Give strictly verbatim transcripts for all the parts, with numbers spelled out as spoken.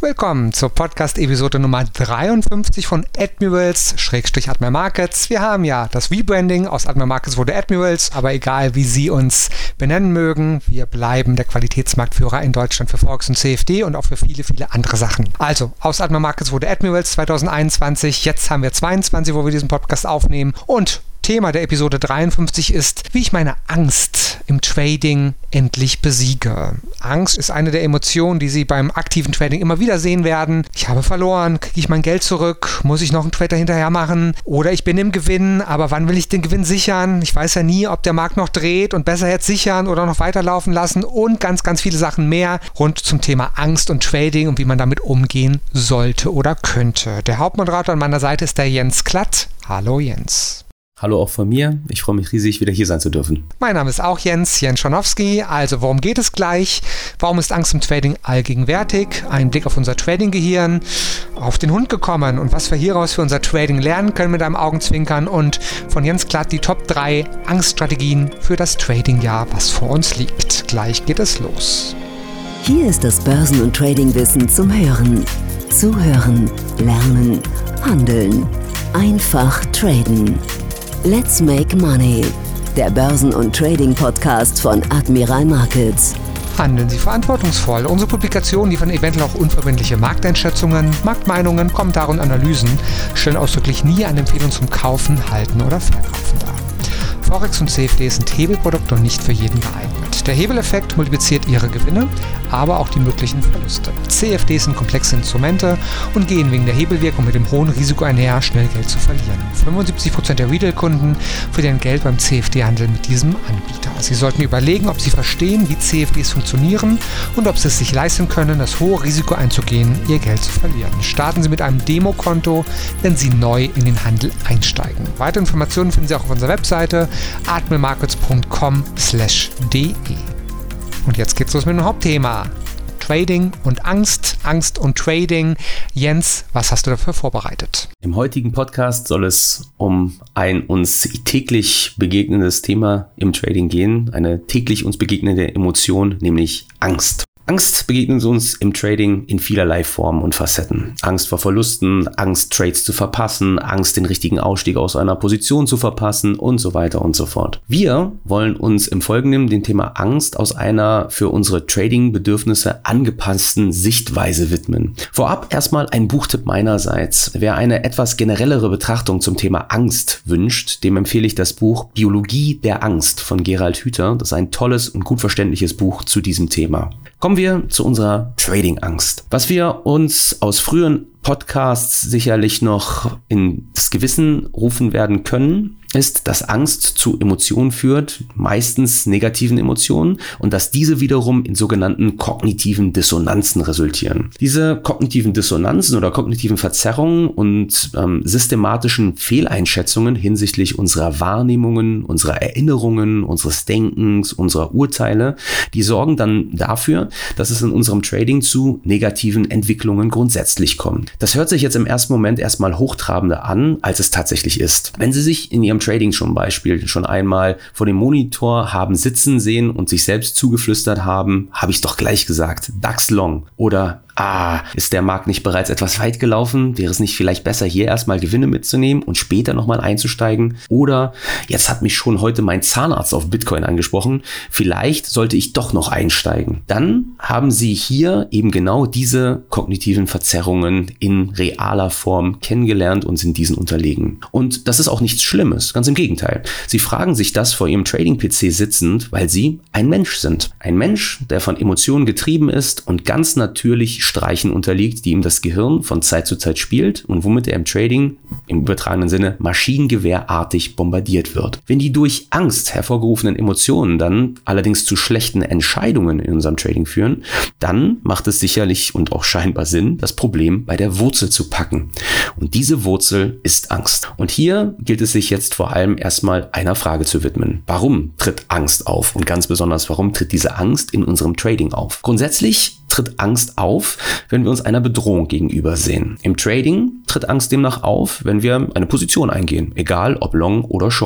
Willkommen zur Podcast-Episode Nummer dreiundfünfzig von Admirals Admiral Markets. Wir haben ja das Rebranding, aus Admiral Markets wurde Admirals, aber egal wie Sie uns benennen mögen, wir bleiben der Qualitätsmarktführer in Deutschland für Forex und C F D und auch für viele, viele andere Sachen. Also, aus Admiral Markets wurde Admirals zwanzig einundzwanzig, jetzt haben wir zweiundzwanzig, wo wir diesen Podcast aufnehmen und Thema der Episode dreiundfünfzig ist, wie ich meine Angst im Trading endlich besiege. Angst ist eine der Emotionen, die Sie beim aktiven Trading immer wieder sehen werden. Ich habe verloren, kriege ich mein Geld zurück, muss ich noch einen Trader hinterher machen oder ich bin im Gewinn, aber wann will ich den Gewinn sichern? Ich weiß ja nie, ob der Markt noch dreht und besser jetzt sichern oder noch weiterlaufen lassen und ganz, ganz viele Sachen mehr rund zum Thema Angst und Trading und wie man damit umgehen sollte oder könnte. Der Hauptmoderator an meiner Seite ist der Jens Klatt. Hallo Jens. Hallo auch von mir. Ich freue mich riesig, wieder hier sein zu dürfen. Mein Name ist auch Jens, Jens Schonowski. Also worum geht es gleich? Warum ist Angst im Trading allgegenwärtig? Ein Blick auf unser Trading-Gehirn, auf den Hund gekommen und was wir hieraus für unser Trading lernen können mit einem Augenzwinkern und von Jens Klatt die Top drei Angststrategien für das Trading-Jahr, was vor uns liegt. Gleich geht es los. Hier ist das Börsen- und Trading-Wissen zum Hören. Zuhören, lernen, handeln. Einfach traden. Let's make money. Der Börsen- und Trading-Podcast von Admiral Markets. Handeln Sie verantwortungsvoll. Unsere Publikationen liefern eventuell auch unverbindliche Markteinschätzungen, Marktmeinungen, Kommentare und Analysen, stellen ausdrücklich nie eine Empfehlung zum Kaufen, Halten oder Verkaufen dar. Forex und C F D sind Hebelprodukte und nicht für jeden geeignet. Der Hebeleffekt multipliziert Ihre Gewinne, aber auch die möglichen Verluste. C F Ds sind komplexe Instrumente und gehen wegen der Hebelwirkung mit dem hohen Risiko einher, schnell Geld zu verlieren. fünfundsiebzig Prozent der Retail-Kunden verlieren Geld beim C F D-Handel mit diesem Anbieter. Sie sollten überlegen, ob Sie verstehen, wie C F Ds funktionieren und ob Sie es sich leisten können, das hohe Risiko einzugehen, Ihr Geld zu verlieren. Starten Sie mit einem Demokonto, wenn Sie neu in den Handel einsteigen. Weitere Informationen finden Sie auch auf unserer Webseite admiralmarkets punkt com slash de. Und jetzt geht's los mit dem Hauptthema. Trading und Angst, Angst und Trading. Jens, was hast du dafür vorbereitet? Im heutigen Podcast soll es um ein uns täglich begegnendes Thema im Trading gehen, eine täglich uns begegnende Emotion, nämlich Angst. Angst begegnet uns im Trading in vielerlei Formen und Facetten. Angst vor Verlusten, Angst, Trades zu verpassen, Angst, den richtigen Ausstieg aus einer Position zu verpassen und so weiter und so fort. Wir wollen uns im Folgenden dem Thema Angst aus einer für unsere Trading-Bedürfnisse angepassten Sichtweise widmen. Vorab erstmal ein Buchtipp meinerseits. Wer eine etwas generellere Betrachtung zum Thema Angst wünscht, dem empfehle ich das Buch Biologie der Angst von Gerald Hüther. Das ist ein tolles und gut verständliches Buch zu diesem Thema. Kommen wir zu unserer Trading-Angst. Was wir uns aus früheren Podcasts sicherlich noch ins Gewissen rufen werden können, ist, dass Angst zu Emotionen führt, meistens negativen Emotionen, und dass diese wiederum in sogenannten kognitiven Dissonanzen resultieren. Diese kognitiven Dissonanzen oder kognitiven Verzerrungen und ähm, systematischen Fehleinschätzungen hinsichtlich unserer Wahrnehmungen, unserer Erinnerungen, unseres Denkens, unserer Urteile, die sorgen dann dafür, dass es in unserem Trading zu negativen Entwicklungen grundsätzlich kommt. Das hört sich jetzt im ersten Moment erstmal hochtrabender an, als es tatsächlich ist. Wenn Sie sich in Ihrem Trading zum Beispiel schon einmal vor dem Monitor haben sitzen sehen und sich selbst zugeflüstert haben, habe ich es doch gleich gesagt, DAX Long oder ah, ist der Markt nicht bereits etwas weit gelaufen? Wäre es nicht vielleicht besser, hier erstmal Gewinne mitzunehmen und später nochmal einzusteigen? Oder jetzt hat mich schon heute mein Zahnarzt auf Bitcoin angesprochen, vielleicht sollte ich doch noch einsteigen. Dann haben Sie hier eben genau diese kognitiven Verzerrungen in realer Form kennengelernt und sind diesen unterlegen. Und das ist auch nichts Schlimmes, ganz im Gegenteil. Sie fragen sich das vor Ihrem Trading-P C sitzend, weil Sie ein Mensch sind. Ein Mensch, der von Emotionen getrieben ist und ganz natürlich Streichen unterliegt, die ihm das Gehirn von Zeit zu Zeit spielt und womit er im Trading im übertragenen Sinne maschinengewehrartig bombardiert wird. Wenn die durch Angst hervorgerufenen Emotionen dann allerdings zu schlechten Entscheidungen in unserem Trading führen, dann macht es sicherlich und auch scheinbar Sinn, das Problem bei der Wurzel zu packen. Und diese Wurzel ist Angst. Und hier gilt es sich jetzt vor allem erstmal einer Frage zu widmen. Warum tritt Angst auf? Und ganz besonders, warum tritt diese Angst in unserem Trading auf? Grundsätzlich tritt Angst auf, wenn wir uns einer Bedrohung gegenüber sehen. Im Trading tritt Angst demnach auf, wenn wir eine Position eingehen, egal ob Long oder Short.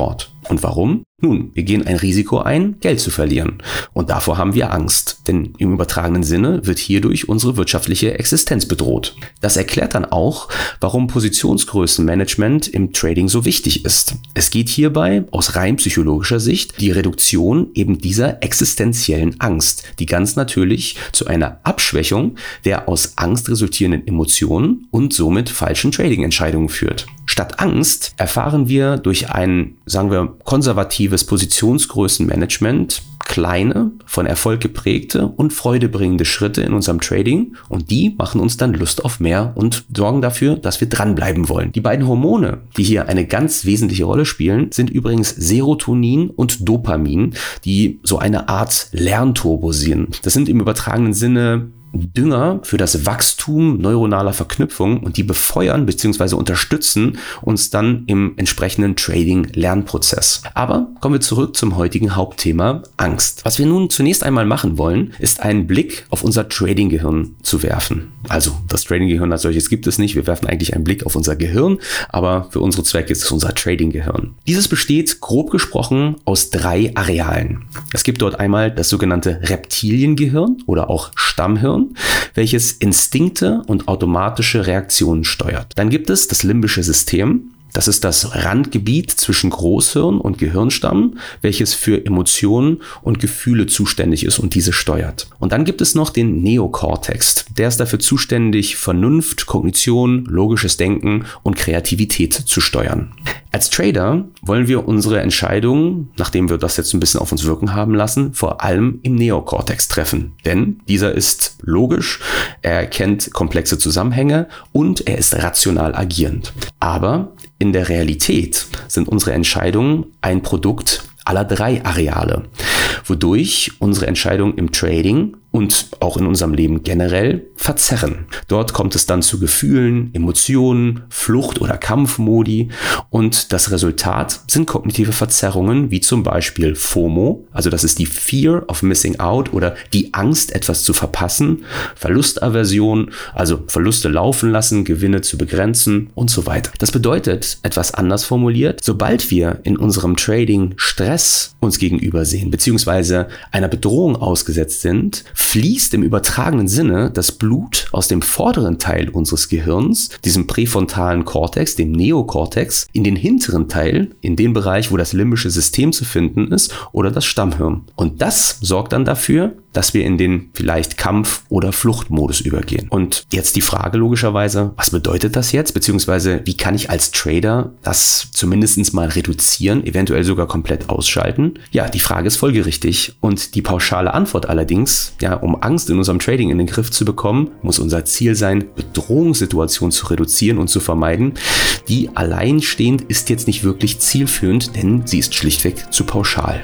Und warum? Nun, wir gehen ein Risiko ein, Geld zu verlieren. Und davor haben wir Angst, denn im übertragenen Sinne wird hierdurch unsere wirtschaftliche Existenz bedroht. Das erklärt dann auch, warum Positionsgrößenmanagement im Trading so wichtig ist. Es geht hierbei aus rein psychologischer Sicht die Reduktion eben dieser existenziellen Angst, die ganz natürlich zu einer Abschwächung der aus Angst resultierenden Emotionen und somit falschen Trading-Entscheidungen führt. Statt Angst erfahren wir durch ein, sagen wir, konservatives Positionsgrößenmanagement kleine, von Erfolg geprägte und freudebringende Schritte in unserem Trading und die machen uns dann Lust auf mehr und sorgen dafür, dass wir dranbleiben wollen. Die beiden Hormone, die hier eine ganz wesentliche Rolle spielen, sind übrigens Serotonin und Dopamin, die so eine Art Lernturbo sind. Das sind im übertragenen Sinne Dünger für das Wachstum neuronaler Verknüpfungen und die befeuern bzw. unterstützen uns dann im entsprechenden Trading-Lernprozess. Aber kommen wir zurück zum heutigen Hauptthema Angst. Was wir nun zunächst einmal machen wollen, ist einen Blick auf unser Trading-Gehirn zu werfen. Also das Trading-Gehirn als solches gibt es nicht. Wir werfen eigentlich einen Blick auf unser Gehirn, aber für unsere Zwecke ist es unser Trading-Gehirn. Dieses besteht grob gesprochen aus drei Arealen. Es gibt dort einmal das sogenannte Reptiliengehirn oder auch Stammhirn, welches Instinkte und automatische Reaktionen steuert. Dann gibt es das limbische System. Das ist das Randgebiet zwischen Großhirn und Gehirnstamm, welches für Emotionen und Gefühle zuständig ist und diese steuert. Und dann gibt es noch den Neokortex. Der ist dafür zuständig, Vernunft, Kognition, logisches Denken und Kreativität zu steuern. Als Trader wollen wir unsere Entscheidungen, nachdem wir das jetzt ein bisschen auf uns wirken haben lassen, vor allem im Neokortex treffen. Denn dieser ist logisch, er erkennt komplexe Zusammenhänge und er ist rational agierend. Aber in der Realität sind unsere Entscheidungen ein Produkt aller drei Areale, wodurch unsere Entscheidungen im Trading und auch in unserem Leben generell verzerren. Dort kommt es dann zu Gefühlen, Emotionen, Flucht- oder Kampfmodi und das Resultat sind kognitive Verzerrungen wie zum Beispiel FOMO, also das ist die Fear of Missing Out oder die Angst, etwas zu verpassen, Verlustaversion, also Verluste laufen lassen, Gewinne zu begrenzen und so weiter. Das bedeutet, etwas anders formuliert, sobald wir in unserem Trading Stress uns gegenüber sehen, beziehungsweise einer Bedrohung ausgesetzt sind, fließt im übertragenen Sinne das Blut aus dem vorderen Teil unseres Gehirns, diesem präfrontalen Kortex, dem Neokortex, in den hinteren Teil, in den Bereich, wo das limbische System zu finden ist oder das Stammhirn. Und das sorgt dann dafür, dass wir in den vielleicht Kampf- oder Fluchtmodus übergehen. Und jetzt die Frage logischerweise, was bedeutet das jetzt? Beziehungsweise wie kann ich als Trader das zumindest mal reduzieren, eventuell sogar komplett ausschalten? Ja, die Frage ist folgerichtig. Und die pauschale Antwort allerdings, ja, um Angst in unserem Trading in den Griff zu bekommen, muss unser Ziel sein, Bedrohungssituationen zu reduzieren und zu vermeiden. Die alleinstehend ist jetzt nicht wirklich zielführend, denn sie ist schlichtweg zu pauschal.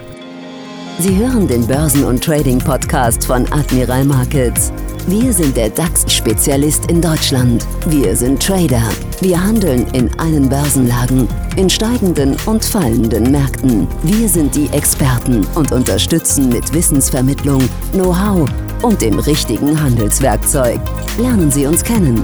Sie hören den Börsen- und Trading-Podcast von Admiral Markets. Wir sind der DAX-Spezialist in Deutschland. Wir sind Trader. Wir handeln in allen Börsenlagen, in steigenden und fallenden Märkten. Wir sind die Experten und unterstützen mit Wissensvermittlung, Know-how und dem richtigen Handelswerkzeug. Lernen Sie uns kennen.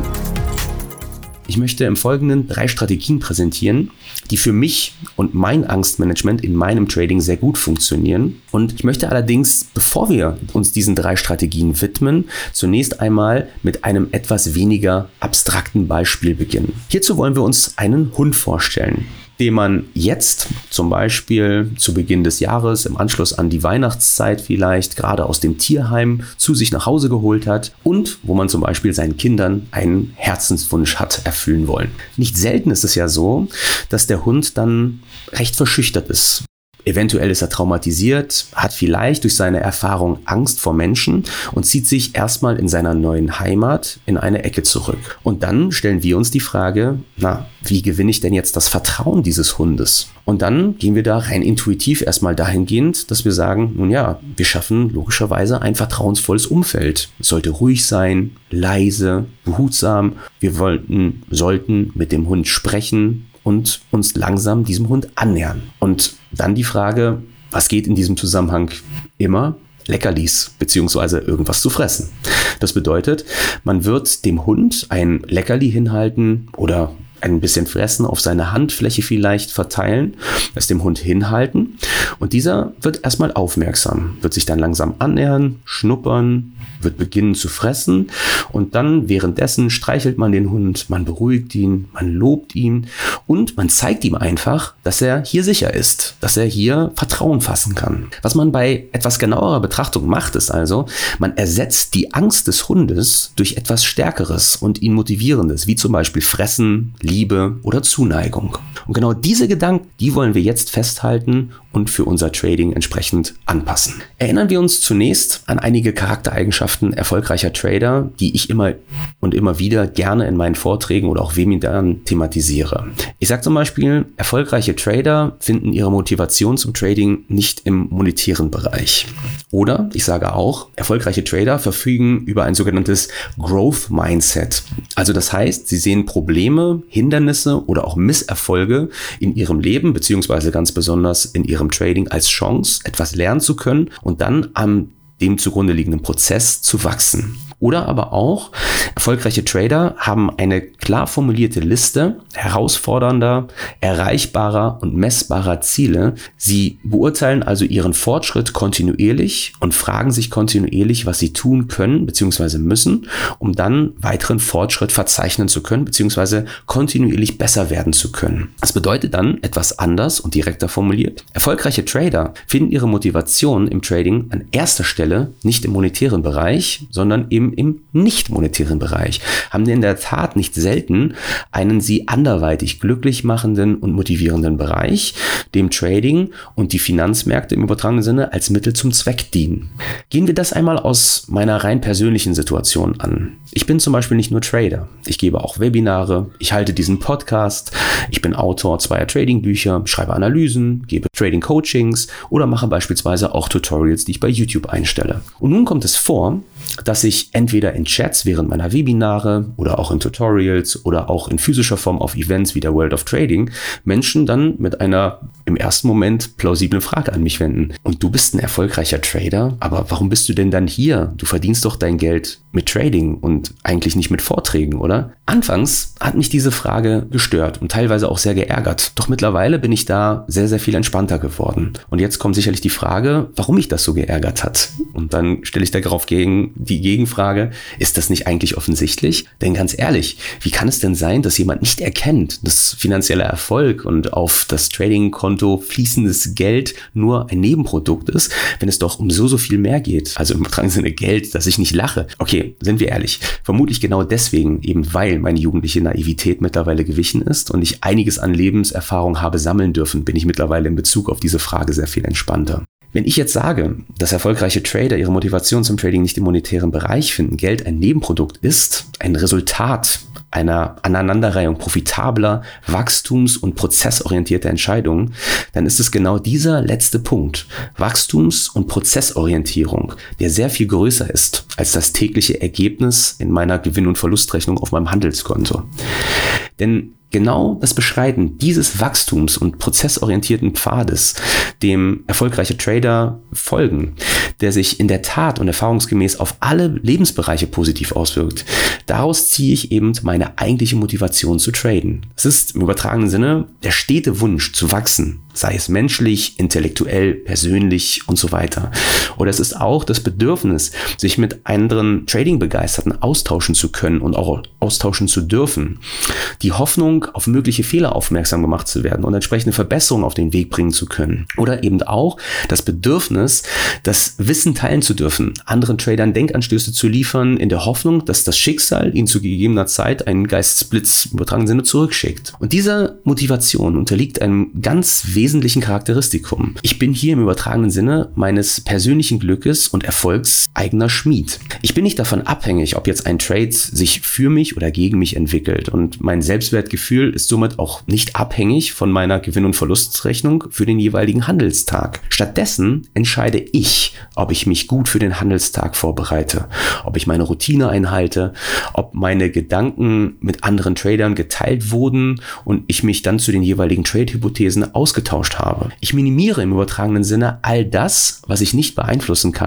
Ich möchte im Folgenden drei Strategien präsentieren, die für mich und mein Angstmanagement in meinem Trading sehr gut funktionieren. Und ich möchte allerdings, bevor wir uns diesen drei Strategien widmen, zunächst einmal mit einem etwas weniger abstrakten Beispiel beginnen. Hierzu wollen wir uns einen Hund vorstellen, den man jetzt zum Beispiel zu Beginn des Jahres, im Anschluss an die Weihnachtszeit vielleicht, gerade aus dem Tierheim zu sich nach Hause geholt hat und wo man zum Beispiel seinen Kindern einen Herzenswunsch hat erfüllen wollen. Nicht selten ist es ja so, dass der Hund dann recht verschüchtert ist. Eventuell ist er traumatisiert, hat vielleicht durch seine Erfahrung Angst vor Menschen und zieht sich erstmal in seiner neuen Heimat in eine Ecke zurück. Und dann stellen wir uns die Frage, na, wie gewinne ich denn jetzt das Vertrauen dieses Hundes? Und dann gehen wir da rein intuitiv erstmal dahingehend, dass wir sagen, nun ja, wir schaffen logischerweise ein vertrauensvolles Umfeld. Es sollte ruhig sein, leise, behutsam. Wir wollten, sollten mit dem Hund sprechen und uns langsam diesem Hund annähern. Und dann die Frage, was geht in diesem Zusammenhang immer? Leckerlis, beziehungsweise irgendwas zu fressen. Das bedeutet, man wird dem Hund ein Leckerli hinhalten oder ein bisschen Fressen auf seine Handfläche vielleicht verteilen, es dem Hund hinhalten und dieser wird erstmal aufmerksam, wird sich dann langsam annähern, schnuppern, wird beginnen zu fressen und dann währenddessen streichelt man den Hund, man beruhigt ihn, man lobt ihn und man zeigt ihm einfach, dass er hier sicher ist, dass er hier Vertrauen fassen kann. Was man bei etwas genauerer Betrachtung macht, ist also, man ersetzt die Angst des Hundes durch etwas Stärkeres und ihn Motivierendes, wie zum Beispiel Fressen, Liebe oder Zuneigung. Und genau diese Gedanken, die wollen wir jetzt festhalten und für unser Trading entsprechend anpassen. Erinnern wir uns zunächst an einige Charaktereigenschaften erfolgreicher Trader, die ich immer und immer wieder gerne in meinen Vorträgen oder auch Webinaren thematisiere. Ich sage zum Beispiel, erfolgreiche Trader finden ihre Motivation zum Trading nicht im monetären Bereich. Oder ich sage auch, erfolgreiche Trader verfügen über ein sogenanntes Growth Mindset. Also das heißt, sie sehen Probleme, Hindernisse oder auch Misserfolge in ihrem Leben beziehungsweise ganz besonders in ihrem Trading als Chance, etwas lernen zu können und dann am dem zugrunde liegenden Prozess zu wachsen. Oder aber auch, erfolgreiche Trader haben eine klar formulierte Liste herausfordernder, erreichbarer und messbarer Ziele. Sie beurteilen also ihren Fortschritt kontinuierlich und fragen sich kontinuierlich, was sie tun können bzw. müssen, um dann weiteren Fortschritt verzeichnen zu können bzw. kontinuierlich besser werden zu können. Das bedeutet dann etwas anders und direkter formuliert. Erfolgreiche Trader finden ihre Motivation im Trading an erster Stelle nicht im monetären Bereich, sondern eben im nicht monetären Bereich, haben in der Tat nicht selten einen sie anderweitig glücklich machenden und motivierenden Bereich, dem Trading und die Finanzmärkte im übertragenen Sinne als Mittel zum Zweck dienen. Gehen wir das einmal aus meiner rein persönlichen Situation an. Ich bin zum Beispiel nicht nur Trader, ich gebe auch Webinare, ich halte diesen Podcast, ich bin Autor zweier Trading-Bücher, schreibe Analysen, gebe Trading-Coachings oder mache beispielsweise auch Tutorials, die ich bei YouTube einstelle. Und nun kommt es vor, dass ich entweder in Chats während meiner Webinare oder auch in Tutorials oder auch in physischer Form auf Events wie der World of Trading Menschen dann mit einer im ersten Moment plausiblen Frage an mich wenden. Und du bist ein erfolgreicher Trader, aber warum bist du denn dann hier? Du verdienst doch dein Geld mit Trading und eigentlich nicht mit Vorträgen, oder? Anfangs hat mich diese Frage gestört und teilweise auch sehr geärgert. Doch mittlerweile bin ich da sehr, sehr viel entspannter geworden. Und jetzt kommt sicherlich die Frage, warum mich das so geärgert hat. Und dann stelle ich darauf gegen die Gegenfrage, ist das nicht eigentlich offensichtlich? Denn ganz ehrlich, wie kann es denn sein, dass jemand nicht erkennt, dass finanzieller Erfolg und auf das Trading-Konto fließendes Geld nur ein Nebenprodukt ist, wenn es doch um so, so viel mehr geht? Also im übertragenen Sinne Geld, dass ich nicht lache. Okay, sind wir ehrlich. Vermutlich genau deswegen, eben weil meine jugendliche Naivität mittlerweile gewichen ist und ich einiges an Lebenserfahrung habe sammeln dürfen, bin ich mittlerweile in Bezug auf diese Frage sehr viel entspannter. Wenn ich jetzt sage, dass erfolgreiche Trader ihre Motivation zum Trading nicht im monetären Bereich finden, Geld ein Nebenprodukt ist, ein Resultat einer Aneinanderreihung profitabler, wachstums- und prozessorientierter Entscheidungen, dann ist es genau dieser letzte Punkt, Wachstums- und Prozessorientierung, der sehr viel größer ist als das tägliche Ergebnis in meiner Gewinn- und Verlustrechnung auf meinem Handelskonto. Denn genau das Beschreiten dieses Wachstums- und prozessorientierten Pfades, dem erfolgreiche Trader folgen, der sich in der Tat und erfahrungsgemäß auf alle Lebensbereiche positiv auswirkt, daraus ziehe ich eben meine eigentliche Motivation zu traden. Es ist im übertragenen Sinne der stete Wunsch zu wachsen, sei es menschlich, intellektuell, persönlich und so weiter. Oder es ist auch das Bedürfnis, sich mit anderen Trading-Begeisterten austauschen zu können und auch austauschen zu dürfen. Die Hoffnung, auf mögliche Fehler aufmerksam gemacht zu werden und entsprechende Verbesserungen auf den Weg bringen zu können. Oder eben auch das Bedürfnis, das Wissen teilen zu dürfen, anderen Tradern Denkanstöße zu liefern, in der Hoffnung, dass das Schicksal ihnen zu gegebener Zeit einen Geistesblitz im übertragenen Sinne zurückschickt. Und diese Motivation unterliegt einem ganz wesentlichen Charakteristikum. Ich bin hier im übertragenen Sinne meines persönlichen Glückes und Erfolgs eigener Schmied. Ich bin nicht davon abhängig, ob jetzt ein Trade sich für mich oder gegen mich entwickelt, und mein Selbstwertgefühl ist somit auch nicht abhängig von meiner Gewinn- und Verlustrechnung für den jeweiligen Handelstag. Stattdessen entscheide ich, ob ich mich gut für den Handelstag vorbereite, ob ich meine Routine einhalte, ob meine Gedanken mit anderen Tradern geteilt wurden und ich mich dann zu den jeweiligen Trade-Hypothesen ausgetauscht habe. Ich minimiere im übertragenen Sinne all das, was ich nicht beeinflussen kann,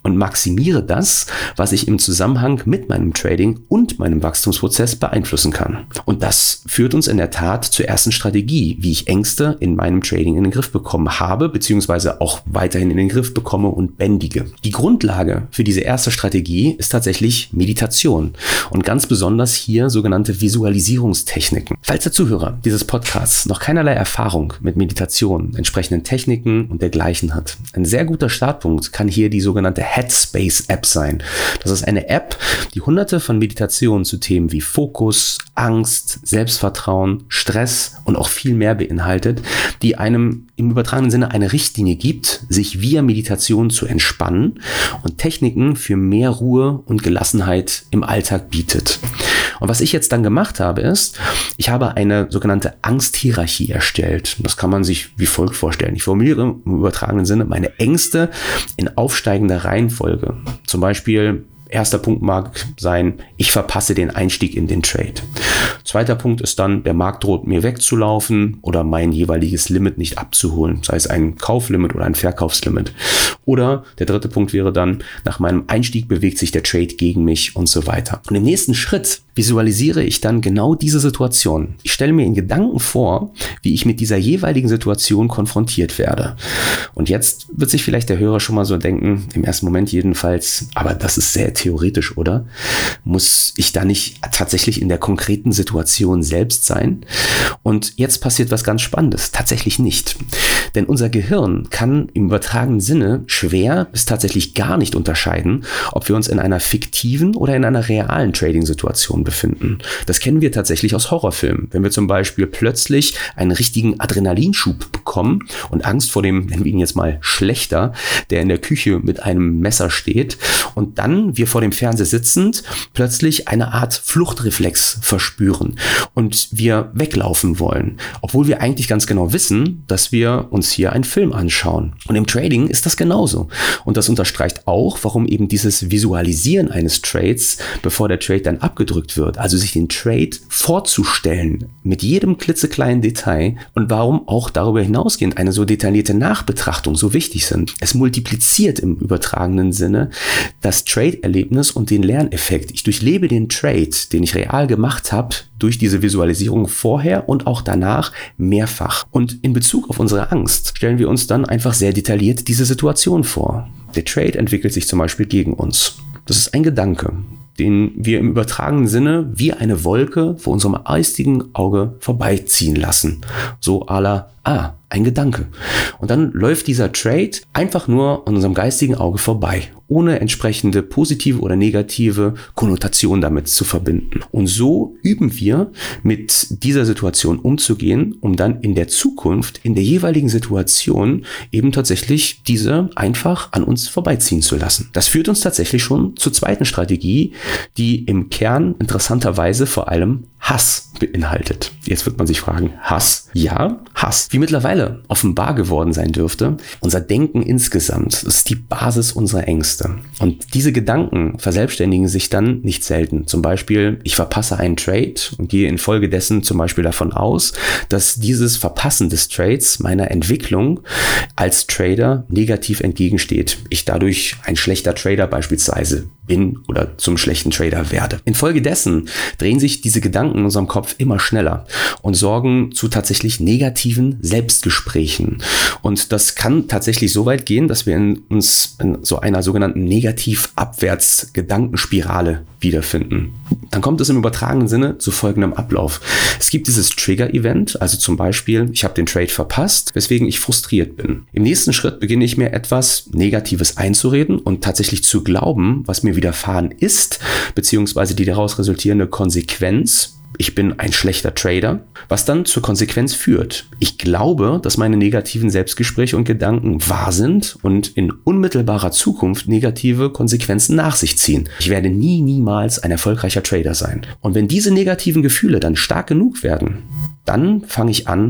und maximiere das, was ich im Zusammenhang mit meinem Trading und meinem Wachstumsprozess beeinflussen kann. Und das führt uns in der Tat zur ersten Strategie, wie ich Ängste in meinem Trading in den Griff bekommen habe, beziehungsweise auch weiterhin in den Griff bekomme und bändige. Die Grundlage für diese erste Strategie ist tatsächlich Meditation und ganz besonders hier sogenannte Visualisierungstechniken. Falls der Zuhörer dieses Podcasts noch keinerlei Erfahrung mit Meditation, entsprechenden Techniken und dergleichen hat, ein sehr guter Startpunkt kann hier die sogenannte Headspace App sein. Das ist eine App, die hunderte von Meditationen zu Themen wie Fokus, Angst, Selbstvertrauen, Stress und auch viel mehr beinhaltet, die einem im übertragenen Sinne eine Richtlinie gibt, sich via Meditation zu entspannen und Techniken für mehr Ruhe und Gelassenheit im Alltag bietet. Und was ich jetzt dann gemacht habe, ist, ich habe eine sogenannte Angsthierarchie erstellt. Das kann man sich wie folgt vorstellen. Ich formuliere im übertragenen Sinne meine Ängste in aufsteigender Reihenfolge. Zum Beispiel erster Punkt mag sein, ich verpasse den Einstieg in den Trade. Zweiter Punkt ist dann, der Markt droht mir wegzulaufen oder mein jeweiliges Limit nicht abzuholen, sei es ein Kauflimit oder ein Verkaufslimit. Oder der dritte Punkt wäre dann, nach meinem Einstieg bewegt sich der Trade gegen mich und so weiter. Und im nächsten Schritt visualisiere ich dann genau diese Situation. Ich stelle mir in Gedanken vor, wie ich mit dieser jeweiligen Situation konfrontiert werde. Und jetzt wird sich vielleicht der Hörer schon mal so denken, im ersten Moment jedenfalls, aber das ist sehr theoretisch, oder? Muss ich da nicht tatsächlich in der konkreten Situation selbst sein? Und jetzt passiert was ganz Spannendes. Tatsächlich nicht. Denn unser Gehirn kann im übertragenen Sinne schwer bis tatsächlich gar nicht unterscheiden, ob wir uns in einer fiktiven oder in einer realen Trading-Situation befinden. Das kennen wir tatsächlich aus Horrorfilmen. Wenn wir zum Beispiel plötzlich einen richtigen Adrenalinschub bekommen und Angst vor dem, nennen wir ihn jetzt mal Schlechter, der in der Küche mit einem Messer steht und dann wir vor dem Fernseher sitzend plötzlich eine Art Fluchtreflex verspüren und wir weglaufen wollen, obwohl wir eigentlich ganz genau wissen, dass wir uns hier einen Film anschauen. Und im Trading ist das genauso. Und das unterstreicht auch, warum eben dieses Visualisieren eines Trades, bevor der Trade dann abgedrückt wird, also sich den Trade vorzustellen mit jedem klitzekleinen Detail und warum auch darüber hinausgehend eine so detaillierte Nachbetrachtung so wichtig sind. Es multipliziert im übertragenen Sinne das Trade-Erlebnis und den Lerneffekt. Ich durchlebe den Trade, den ich real gemacht habe, durch diese Visualisierung vorher und auch danach mehrfach. Und in Bezug auf unsere Angst stellen wir uns dann einfach sehr detailliert diese Situation vor. Der Trade entwickelt sich zum Beispiel gegen uns. Das ist ein Gedanke, den wir im übertragenen Sinne wie eine Wolke vor unserem geistigen Auge vorbeiziehen lassen. So à la, ah, ein Gedanke. Und dann läuft dieser Trade einfach nur an unserem geistigen Auge vorbei, ohne entsprechende positive oder negative Konnotation damit zu verbinden. Und so üben wir, mit dieser Situation umzugehen, um dann in der Zukunft, in der jeweiligen Situation eben tatsächlich diese einfach an uns vorbeiziehen zu lassen. Das führt uns tatsächlich schon zur zweiten Strategie, die im Kern interessanterweise vor allem Hass beinhaltet. Jetzt wird man sich fragen, Hass? Ja, Hass. Wie mittlerweile offenbar geworden sein dürfte, unser Denken insgesamt ist die Basis unserer Ängste. Und diese Gedanken verselbstständigen sich dann nicht selten. Zum Beispiel, ich verpasse einen Trade und gehe infolgedessen zum Beispiel davon aus, dass dieses Verpassen des Trades meiner Entwicklung als Trader negativ entgegensteht. Ich dadurch ein schlechter Trader beispielsweise bin oder zum schlechten Trader werde. Infolgedessen drehen sich diese Gedanken in unserem Kopf immer schneller und sorgen zu tatsächlich negativen Selbstgesprächen. Und das kann tatsächlich so weit gehen, dass wir in uns in so einer sogenannten Negativ-Abwärts-Gedankenspirale wiederfinden. Dann kommt es im übertragenen Sinne zu folgendem Ablauf. Es gibt dieses Trigger-Event, also zum Beispiel, ich habe den Trade verpasst, weswegen ich frustriert bin. Im nächsten Schritt beginne ich mir etwas Negatives einzureden und tatsächlich zu glauben, was mir widerfahren ist, beziehungsweise die daraus resultierende Konsequenz, ich bin ein schlechter Trader, was dann zur Konsequenz führt. Ich glaube, dass meine negativen Selbstgespräche und Gedanken wahr sind und in unmittelbarer Zukunft negative Konsequenzen nach sich ziehen. Ich werde nie, niemals ein erfolgreicher Trader sein. Und wenn diese negativen Gefühle dann stark genug werden, dann fange ich an,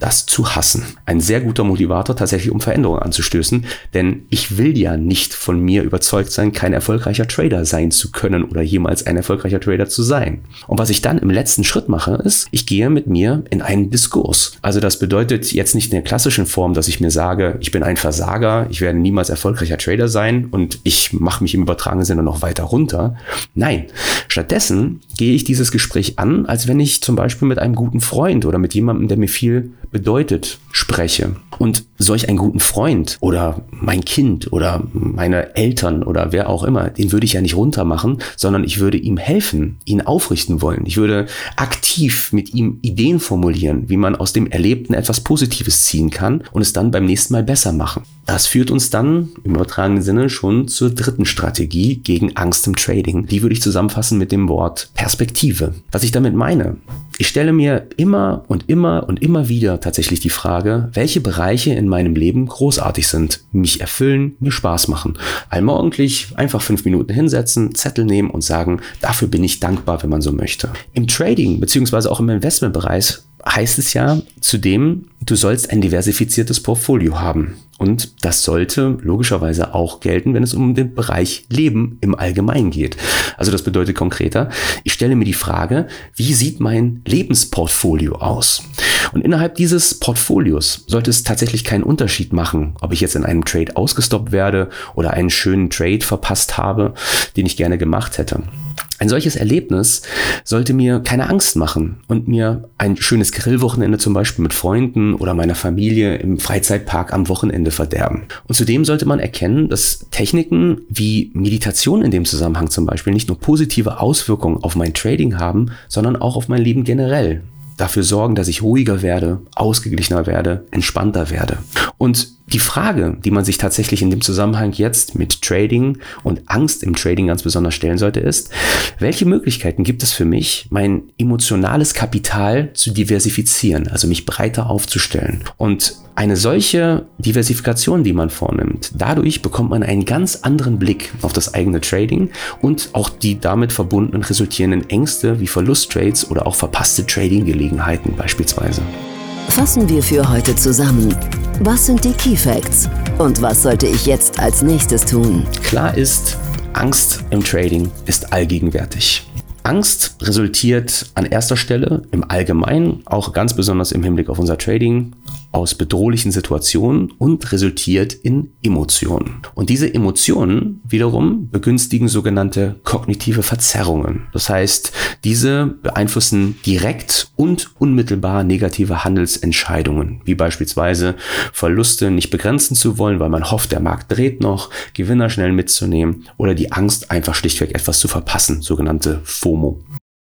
das zu hassen. Ein sehr guter Motivator, tatsächlich um Veränderungen anzustößen, denn ich will ja nicht von mir überzeugt sein, kein erfolgreicher Trader sein zu können oder jemals ein erfolgreicher Trader zu sein. Und was ich dann im letzten Schritt mache, ist, ich gehe mit mir in einen Diskurs. Also das bedeutet jetzt nicht in der klassischen Form, dass ich mir sage, ich bin ein Versager, ich werde niemals erfolgreicher Trader sein und ich mache mich im übertragenen Sinne noch weiter runter. Nein, stattdessen gehe ich dieses Gespräch an, als wenn ich zum Beispiel mit einem guten Freund oder mit jemandem, der mir viel bedeutet, spreche. Und solch einen guten Freund oder mein Kind oder meine Eltern oder wer auch immer, den würde ich ja nicht runtermachen, sondern ich würde ihm helfen, ihn aufrichten wollen. Ich würde aktiv mit ihm Ideen formulieren, wie man aus dem Erlebten etwas Positives ziehen kann und es dann beim nächsten Mal besser machen. Das führt uns dann im übertragenen Sinne schon zur dritten Strategie gegen Angst im Trading. Die würde ich zusammenfassen mit dem Wort Perspektive. Was ich damit meine, ich stelle mir immer und immer und immer wieder tatsächlich die Frage, welche Bereiche in meinem Leben großartig sind, mich erfüllen, mir Spaß machen. Allmorgendlich einfach fünf Minuten hinsetzen, Zettel nehmen und sagen, dafür bin ich dankbar, wenn man so möchte. Im Trading beziehungsweise auch im Investmentbereich heißt es ja zudem, du sollst ein diversifiziertes Portfolio haben. Und das sollte logischerweise auch gelten, wenn es um den Bereich Leben im Allgemeinen geht. Also das bedeutet konkreter, ich stelle mir die Frage, wie sieht mein Lebensportfolio aus? Und innerhalb dieses Portfolios sollte es tatsächlich keinen Unterschied machen, ob ich jetzt in einem Trade ausgestoppt werde oder einen schönen Trade verpasst habe, den ich gerne gemacht hätte. Ein solches Erlebnis sollte mir keine Angst machen und mir ein schönes Grillwochenende zum Beispiel mit Freunden oder meiner Familie im Freizeitpark am Wochenende verderben. Und zudem sollte man erkennen, dass Techniken wie Meditation in dem Zusammenhang zum Beispiel nicht nur positive Auswirkungen auf mein Trading haben, sondern auch auf mein Leben generell. Dafür sorgen, dass ich ruhiger werde, ausgeglichener werde, entspannter werde. Und die Frage, die man sich tatsächlich in dem Zusammenhang jetzt mit Trading und Angst im Trading ganz besonders stellen sollte, ist, welche Möglichkeiten gibt es für mich, mein emotionales Kapital zu diversifizieren, also mich breiter aufzustellen? Und eine solche Diversifikation, die man vornimmt, dadurch bekommt man einen ganz anderen Blick auf das eigene Trading und auch die damit verbundenen resultierenden Ängste wie Verlusttrades oder auch verpasste Trading-Gelegenheiten beispielsweise. Fassen wir für heute zusammen. Was sind die Key Facts? Und was sollte ich jetzt als nächstes tun? Klar ist, Angst im Trading ist allgegenwärtig. Angst resultiert an erster Stelle im Allgemeinen, auch ganz besonders im Hinblick auf unser Trading, aus bedrohlichen Situationen und resultiert in Emotionen. Und diese Emotionen wiederum begünstigen sogenannte kognitive Verzerrungen. Das heißt, diese beeinflussen direkt und unmittelbar negative Handelsentscheidungen, wie beispielsweise Verluste nicht begrenzen zu wollen, weil man hofft, der Markt dreht noch, Gewinner schnell mitzunehmen oder die Angst, einfach schlichtweg etwas zu verpassen, sogenannte FOMO.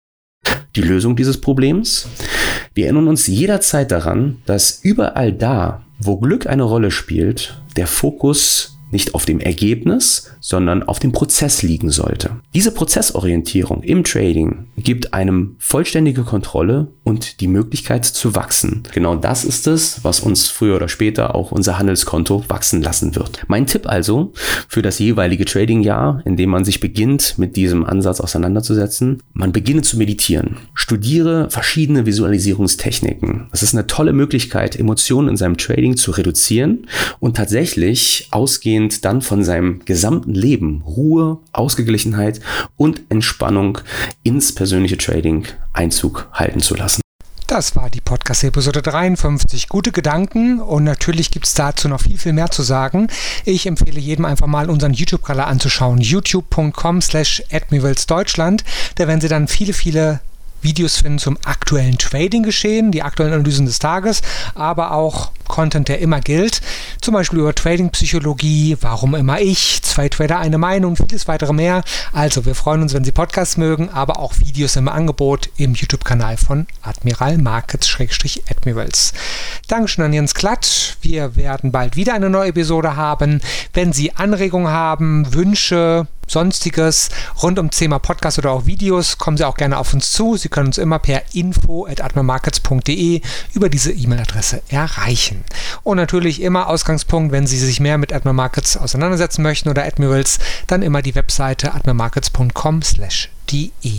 Die Lösung dieses Problems? Wir erinnern uns jederzeit daran, dass überall da, wo Glück eine Rolle spielt, der Fokus nicht auf dem Ergebnis, sondern auf dem Prozess liegen sollte. Diese Prozessorientierung im Trading gibt einem vollständige Kontrolle und die Möglichkeit zu wachsen. Genau das ist es, was uns früher oder später auch unser Handelskonto wachsen lassen wird. Mein Tipp also für das jeweilige Tradingjahr, in dem man sich beginnt, mit diesem Ansatz auseinanderzusetzen, man beginne zu meditieren. Studiere verschiedene Visualisierungstechniken. Das ist eine tolle Möglichkeit, Emotionen in seinem Trading zu reduzieren und tatsächlich ausgehend dann von seinem gesamten Leben Ruhe, Ausgeglichenheit und Entspannung ins persönliche Trading Einzug halten zu lassen. Das war die Podcast-Episode dreiundfünfzig. Gute Gedanken und natürlich gibt es dazu noch viel, viel mehr zu sagen. Ich empfehle jedem einfach mal unseren YouTube-Kanal anzuschauen. youtube punkt com slash admirals Deutschland. Da werden Sie dann viele, viele Videos finden zum aktuellen Trading-Geschehen, die aktuellen Analysen des Tages, aber auch Content, der immer gilt, zum Beispiel über Trading-Psychologie, warum immer ich, zwei Trader, eine Meinung, vieles weitere mehr. Also wir freuen uns, wenn Sie Podcasts mögen, aber auch Videos im Angebot im YouTube-Kanal von Admiral Markets-Admirals. Dankeschön an Jens Klatt. Wir werden bald wieder eine neue Episode haben. Wenn Sie Anregungen haben, Wünsche, Sonstiges rund um Thema Podcast oder auch Videos, kommen Sie auch gerne auf uns zu. Sie können uns immer per info at admiralmarkets punkt de über diese E-Mail-Adresse erreichen. Und natürlich immer Ausgangspunkt, wenn Sie sich mehr mit Admiral Markets auseinandersetzen möchten oder Admirals, dann immer die Webseite admiralmarkets punkt com slash de.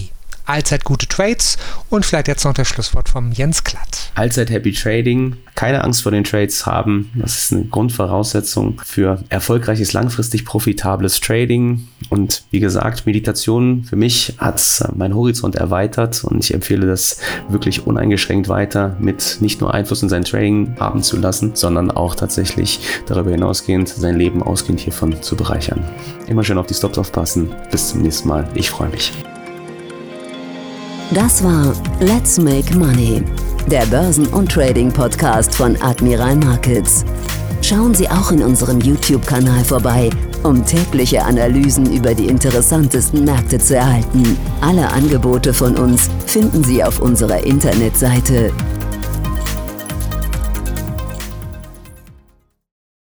allzeit gute Trades und vielleicht jetzt noch das Schlusswort vom Jens Klatt. Allzeit Happy Trading, keine Angst vor den Trades haben. Das ist eine Grundvoraussetzung für erfolgreiches, langfristig profitables Trading. Und wie gesagt, Meditation für mich hat meinen Horizont erweitert und ich empfehle das wirklich uneingeschränkt weiter, mit nicht nur Einfluss in sein Trading haben zu lassen, sondern auch tatsächlich darüber hinausgehend sein Leben ausgehend hiervon zu bereichern. Immer schön auf die Stops aufpassen. Bis zum nächsten Mal. Ich freue mich. Das war Let's Make Money, der Börsen- und Trading-Podcast von Admiral Markets. Schauen Sie auch in unserem YouTube-Kanal vorbei, um tägliche Analysen über die interessantesten Märkte zu erhalten. Alle Angebote von uns finden Sie auf unserer Internetseite